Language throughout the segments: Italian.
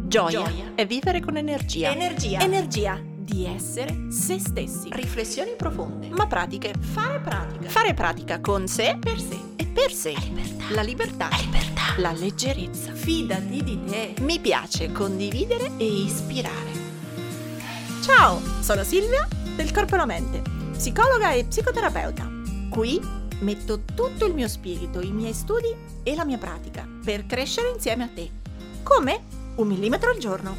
Gioia è vivere con energia. Energia di essere se stessi. Riflessioni profonde, ma pratiche. Fare pratica con sé, Per sé. e per sé. La libertà. La leggerezza. Fidati di te. Mi piace condividere e ispirare. Ciao, sono Silvia del Corpo e la Mente, psicologa e psicoterapeuta. Qui metto tutto il mio spirito, i miei studi e la mia pratica per crescere insieme a te. Come? 1 millimetro al giorno.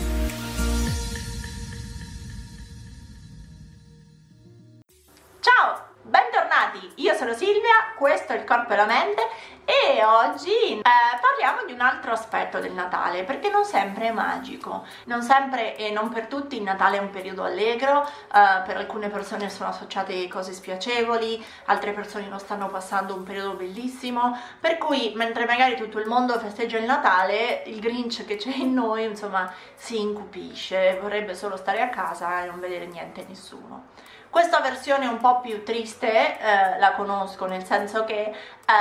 Ciao, bentornati! Io sono Silvia, questo è il Corpo e la Mente e oggi parliamo di un altro aspetto del Natale, perché non sempre è magico, non sempre e non per tutti il Natale è un periodo allegro, per alcune persone sono associate cose spiacevoli, altre persone lo stanno passando un periodo bellissimo, per cui mentre magari tutto il mondo festeggia il Natale, il Grinch che c'è in noi, insomma, si incupisce, vorrebbe solo stare a casa e non vedere niente e nessuno. Questa versione un po' più triste la conosco, nel senso che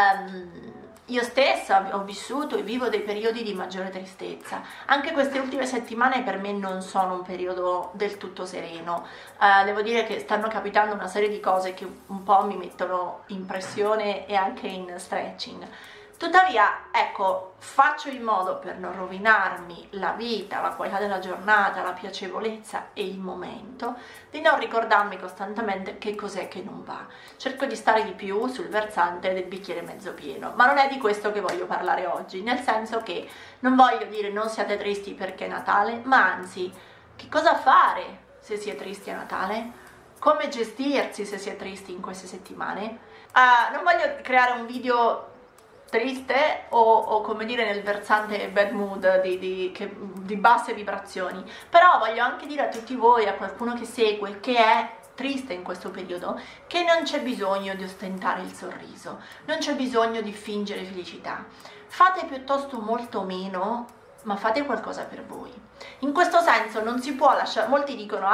io stessa ho vissuto e vivo dei periodi di maggiore tristezza. Anche queste ultime settimane per me non sono un periodo del tutto sereno. Devo dire che stanno capitando una serie di cose che un po' mi mettono in pressione e anche in stretching. Tuttavia, ecco, faccio in modo per non rovinarmi la vita, la qualità della giornata, la piacevolezza e il momento, di non ricordarmi costantemente che cos'è che non va. Cerco di stare di più sul versante del bicchiere mezzo pieno, ma non è di questo che voglio parlare oggi, nel senso che non voglio dire non siate tristi perché è Natale, ma anzi, che cosa fare se si è tristi a Natale? Come gestirsi se si è tristi in queste settimane? Non voglio creare un video triste o come dire nel versante bad mood di basse vibrazioni, però voglio anche dire a tutti voi, a qualcuno che segue, che è triste in questo periodo, che non c'è bisogno di ostentare il sorriso, non c'è bisogno di fingere felicità, fate piuttosto molto meno, ma fate qualcosa per voi. In questo senso non si può lasciare, molti dicono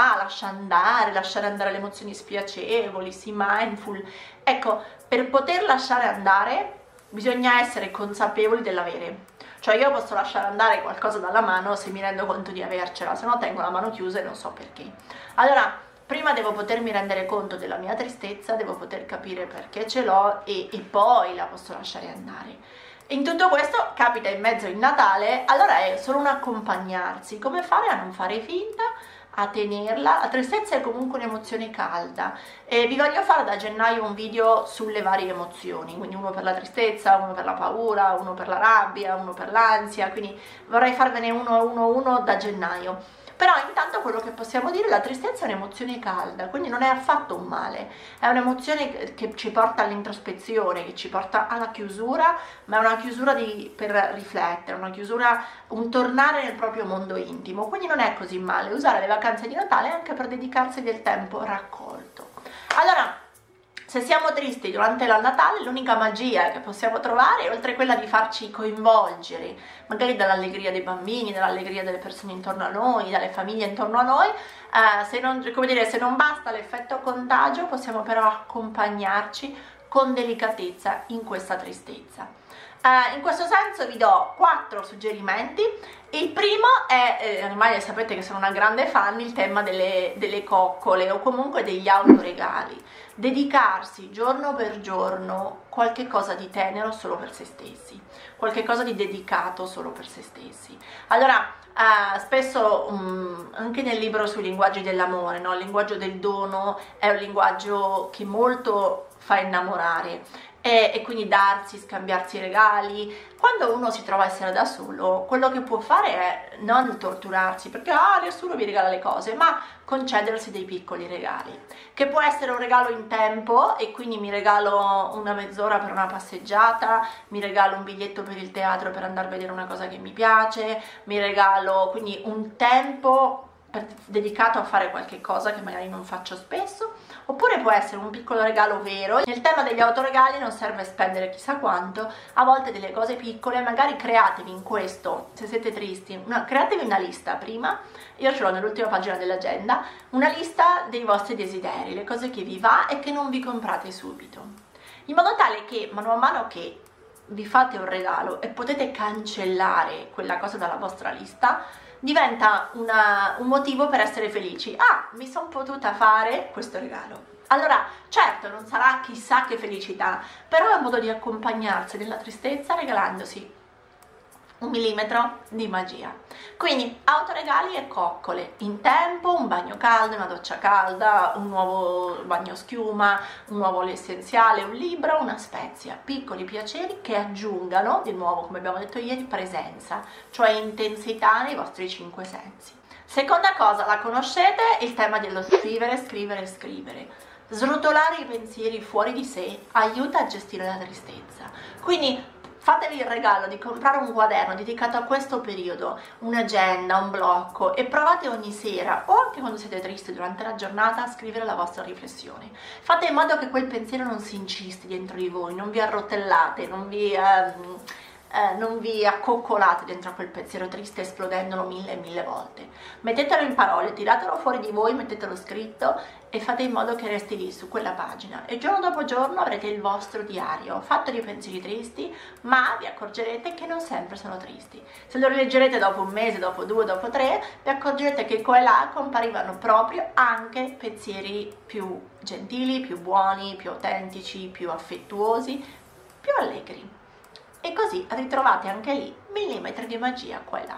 lasciare andare le emozioni spiacevoli, sii mindful. Ecco, per poter lasciare andare bisogna essere consapevoli dell'avere. Cioè io posso lasciare andare qualcosa dalla mano se mi rendo conto di avercela, se no tengo la mano chiusa e non so perché. Allora, prima devo potermi rendere conto della mia tristezza, devo poter capire perché ce l'ho e poi la posso lasciare andare. In tutto questo capita in mezzo il Natale, allora è solo un accompagnarsi. Come fare a non fare finta, a tenerla? La tristezza è comunque un'emozione calda e vi voglio fare da gennaio un video sulle varie emozioni, quindi uno per la tristezza, uno per la paura, uno per la rabbia, uno per l'ansia, quindi vorrei farvene uno da gennaio. Però intanto quello che possiamo dire è che la tristezza è un'emozione calda, quindi non è affatto un male, è un'emozione che ci porta all'introspezione, che ci porta alla chiusura, ma è una chiusura per riflettere, una chiusura, un tornare nel proprio mondo intimo, quindi non è così male usare le vacanze di Natale anche per dedicarsi del tempo raccolto. Allora, se siamo tristi durante il Natale, l'unica magia che possiamo trovare, oltre a quella di farci coinvolgere, magari dall'allegria dei bambini, dall'allegria delle persone intorno a noi, dalle famiglie intorno a noi, se non basta l'effetto contagio, possiamo però accompagnarci con delicatezza in questa tristezza. In questo senso vi do 4 suggerimenti. Il primo è, ormai sapete che sono una grande fan, il tema delle coccole o comunque degli autoregali. Dedicarsi giorno per giorno qualche cosa di tenero solo per se stessi, qualche cosa di dedicato solo per se stessi. Allora, spesso anche nel libro sui linguaggi dell'amore, no? Il linguaggio del dono è un linguaggio che molto fa innamorare. E quindi darsi, scambiarsi i regali. Quando uno si trova a essere da solo, quello che può fare è non torturarsi perché nessuno vi regala le cose, ma concedersi dei piccoli regali, che può essere un regalo in tempo e quindi mi regalo una mezz'ora per una passeggiata, mi regalo un biglietto per il teatro per andare a vedere una cosa che mi piace, mi regalo quindi un tempo dedicato a fare qualche cosa che magari non faccio spesso, oppure può essere un piccolo regalo vero. Nel tema degli autoregali non serve spendere chissà quanto, a volte delle cose piccole, magari createvi in questo, se siete tristi, createvi una lista prima, io ce l'ho nell'ultima pagina dell'agenda, una lista dei vostri desideri, le cose che vi va e che non vi comprate subito, in modo tale che man mano che vi fate un regalo e potete cancellare quella cosa dalla vostra lista, diventa un motivo per essere felici. Ah, mi sono potuta fare questo regalo. Allora, certo, non sarà chissà che felicità, però è un modo di accompagnarsi nella tristezza regalandosi 1 millimetro di magia. Quindi autoregali e coccole in tempo, un bagno caldo, una doccia calda, un nuovo bagno schiuma, un nuovo olio essenziale, un libro, una spezia, piccoli piaceri che aggiungano, di nuovo come abbiamo detto ieri, presenza, cioè intensità nei vostri 5 sensi. Seconda cosa, la conoscete, il tema dello scrivere, scrivere, scrivere. Srotolare i pensieri fuori di sé aiuta a gestire la tristezza. Quindi fatevi il regalo di comprare un quaderno dedicato a questo periodo, un'agenda, un blocco, e provate ogni sera o anche quando siete tristi durante la giornata a scrivere la vostra riflessione. Fate in modo che quel pensiero non si incisti dentro di voi, non vi arrotellate, non vi accoccolate dentro a quel pensiero triste esplodendolo mille e mille volte. Mettetelo in parole, tiratelo fuori di voi, mettetelo scritto e fate in modo che resti lì su quella pagina, e giorno dopo giorno avrete il vostro diario fatto di pensieri tristi, ma vi accorgerete che non sempre sono tristi. Se lo rileggerete dopo un mese, dopo 2, dopo 3, vi accorgerete che qua e là comparivano proprio anche pensieri più gentili, più buoni, più autentici, più affettuosi, più allegri. E così ritrovate anche lì millimetri di magia qua e là.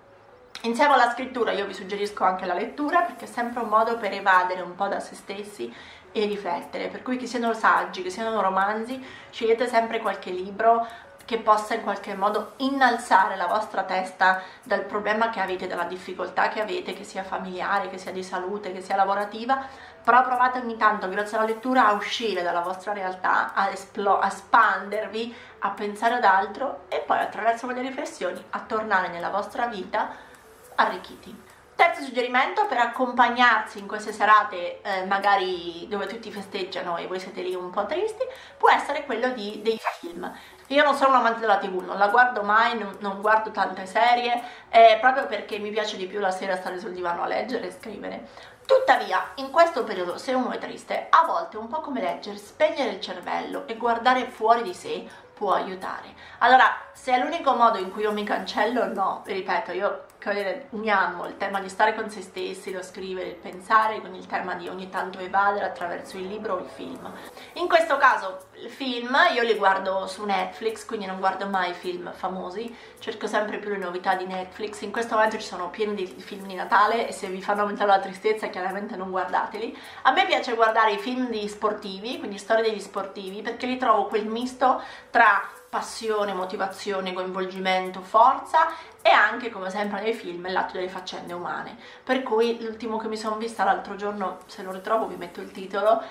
Insieme alla scrittura io vi suggerisco anche la lettura, perché è sempre un modo per evadere un po' da se stessi e riflettere, per cui che siano saggi, che siano romanzi, scegliete sempre qualche libro che possa in qualche modo innalzare la vostra testa dal problema che avete, dalla difficoltà che avete, che sia familiare, che sia di salute, che sia lavorativa, però provate ogni tanto grazie alla lettura a uscire dalla vostra realtà, a espandervi, a pensare ad altro e poi attraverso quelle riflessioni a tornare nella vostra vita arricchiti. Terzo suggerimento per accompagnarsi in queste serate magari dove tutti festeggiano e voi siete lì un po' tristi, può essere quello dei film. Io non sono un amante della TV, non la guardo mai, non guardo tante serie, proprio perché mi piace di più la sera stare sul divano a leggere e scrivere. Tuttavia, in questo periodo, se uno è triste, a volte è un po' come leggere, spegnere il cervello e guardare fuori di sé può aiutare. Allora, se è l'unico modo in cui io mi cancello, no, vi ripeto, io uniamo il tema di stare con se stessi, lo scrivere, il pensare, con il tema di ogni tanto evadere attraverso il libro o il film. In questo caso, il film io li guardo su Netflix, quindi non guardo mai film famosi, cerco sempre più le novità di Netflix. In questo momento ci sono pieni di film di Natale e se vi fanno aumentare la tristezza chiaramente non guardateli. A me piace guardare i film di sportivi, quindi storie degli sportivi, perché li trovo quel misto tra passione, motivazione, coinvolgimento, forza e anche, come sempre nei film, l'atto delle faccende umane. Per cui l'ultimo che mi sono vista l'altro giorno, se lo ritrovo vi metto il titolo,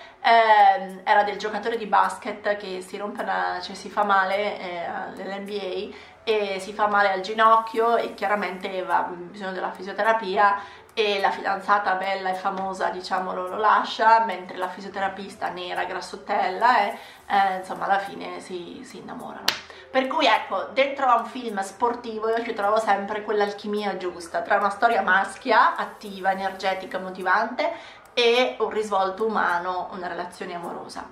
era del giocatore di basket che si rompe cioè si fa male nell'NBA e si fa male al ginocchio e chiaramente ha bisogno della fisioterapia e la fidanzata bella e famosa, diciamolo, lo lascia, mentre la fisioterapista nera, grassottella insomma alla fine si innamorano. Per cui ecco, dentro a un film sportivo io ci trovo sempre quell'alchimia giusta tra una storia maschia, attiva, energetica, motivante e un risvolto umano, una relazione amorosa.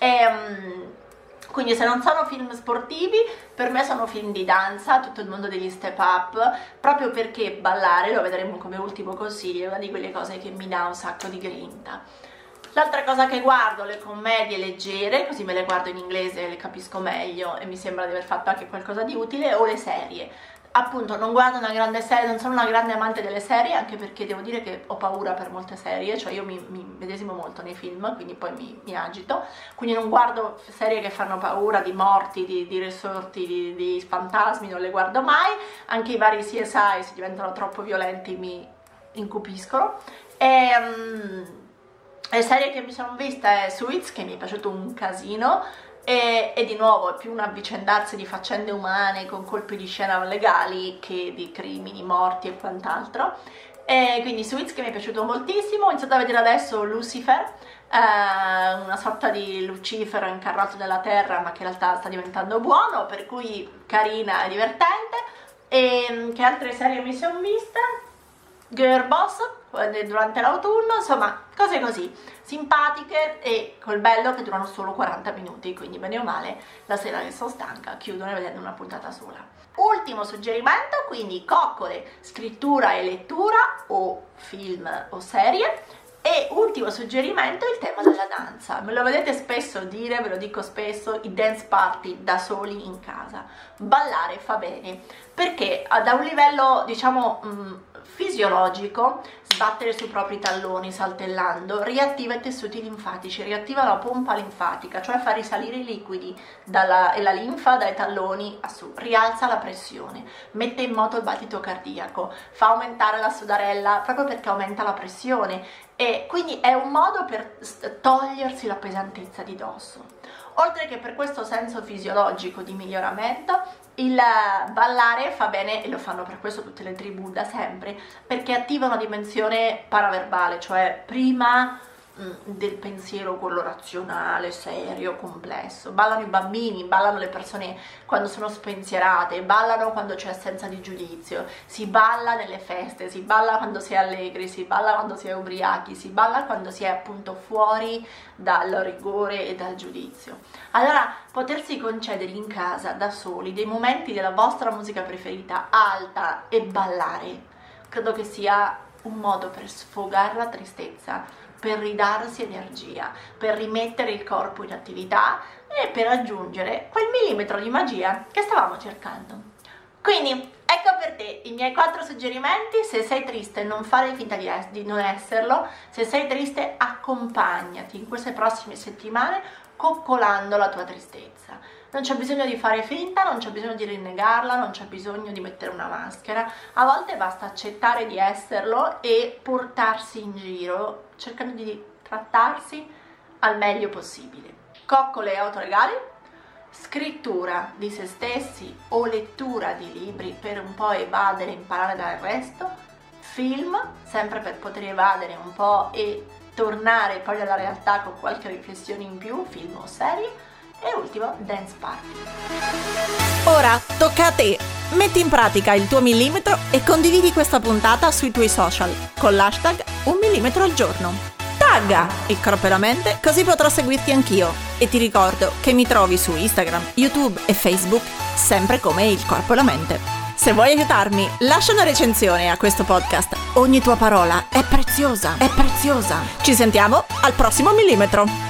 Quindi se non sono film sportivi, per me sono film di danza, tutto il mondo degli step up, proprio perché ballare, lo vedremo come ultimo consiglio, è una di quelle cose che mi dà un sacco di grinta. L'altra cosa che guardo, le commedie leggere, così me le guardo in inglese e le capisco meglio e mi sembra di aver fatto anche qualcosa di utile, o le serie. Appunto, non guardo una grande serie, non sono una grande amante delle serie, anche perché devo dire che ho paura per molte serie, cioè io mi medesimo molto nei film, quindi poi mi agito, quindi non guardo serie che fanno paura, di morti, di risorti, di fantasmi, non le guardo mai, anche i vari CSI, se diventano troppo violenti mi incupiscono. Le serie che mi sono vista è Suits, che mi è piaciuto un casino, e di nuovo è più un avvicendarsi di faccende umane con colpi di scena legali che di crimini, morti e quant'altro. Quindi Suits, che mi è piaciuto moltissimo. Ho iniziato a vedere adesso Lucifer, una sorta di Lucifero incarnato nella terra ma che in realtà sta diventando buono, per cui carina e divertente. E che altre serie mi sono viste? girl boss durante l'autunno, insomma cose così simpatiche e col bello che durano solo 40 minuti, quindi bene o male la sera che sono stanca chiudono vedendo una puntata sola. Ultimo suggerimento, quindi coccole, scrittura e lettura o film o serie. E ultimo suggerimento, il tema della danza. Me lo vedete spesso dire, ve lo dico spesso, i dance party da soli in casa. Ballare fa bene, perché da un livello diciamo fisiologico, sbattere sui propri talloni saltellando riattiva i tessuti linfatici, riattiva la pompa linfatica, cioè fa risalire i liquidi e la linfa dai talloni a su, rialza la pressione, mette in moto il battito cardiaco, fa aumentare la sudarella proprio perché aumenta la pressione e quindi è un modo per togliersi la pesantezza di dosso. Oltre che per questo senso fisiologico di miglioramento, il ballare fa bene, e lo fanno per questo tutte le tribù da sempre, perché attiva una dimensione paraverbale, cioè prima del pensiero quello razionale, serio, complesso. Ballano i bambini, ballano le persone quando sono spensierate, ballano quando c'è assenza di giudizio, si balla nelle feste, si balla quando si è allegri, si balla quando si è ubriachi, si balla quando si è appunto fuori dal rigore e dal giudizio. Allora potersi concedere in casa da soli dei momenti della vostra musica preferita alta e ballare credo che sia un modo per sfogare la tristezza, per ridarsi energia, per rimettere il corpo in attività e per aggiungere quel millimetro di magia che stavamo cercando. Quindi ecco per te i miei 4 suggerimenti. Se sei triste non fare finta di non esserlo, se sei triste accompagnati in queste prossime settimane coccolando la tua tristezza. Non c'è bisogno di fare finta, non c'è bisogno di rinnegarla, non c'è bisogno di mettere una maschera. A volte basta accettare di esserlo e portarsi in giro cercando di trattarsi al meglio possibile. Coccole e autoregali, scrittura di se stessi o lettura di libri per un po' evadere e imparare dal resto, film, sempre per poter evadere un po' e tornare poi alla realtà con qualche riflessione in più, film o serie. E ultimo, dance party. Ora tocca a te. Metti in pratica il tuo millimetro e condividi questa puntata sui tuoi social con l'hashtag 1 millimetro al giorno. Tagga il corpo e la mente, così potrò seguirti anch'io. E ti ricordo che mi trovi su Instagram, YouTube e Facebook sempre come il corpo e la mente. Se vuoi aiutarmi, lascia una recensione a questo podcast. Ogni tua parola è preziosa, è preziosa. Ci sentiamo al prossimo millimetro.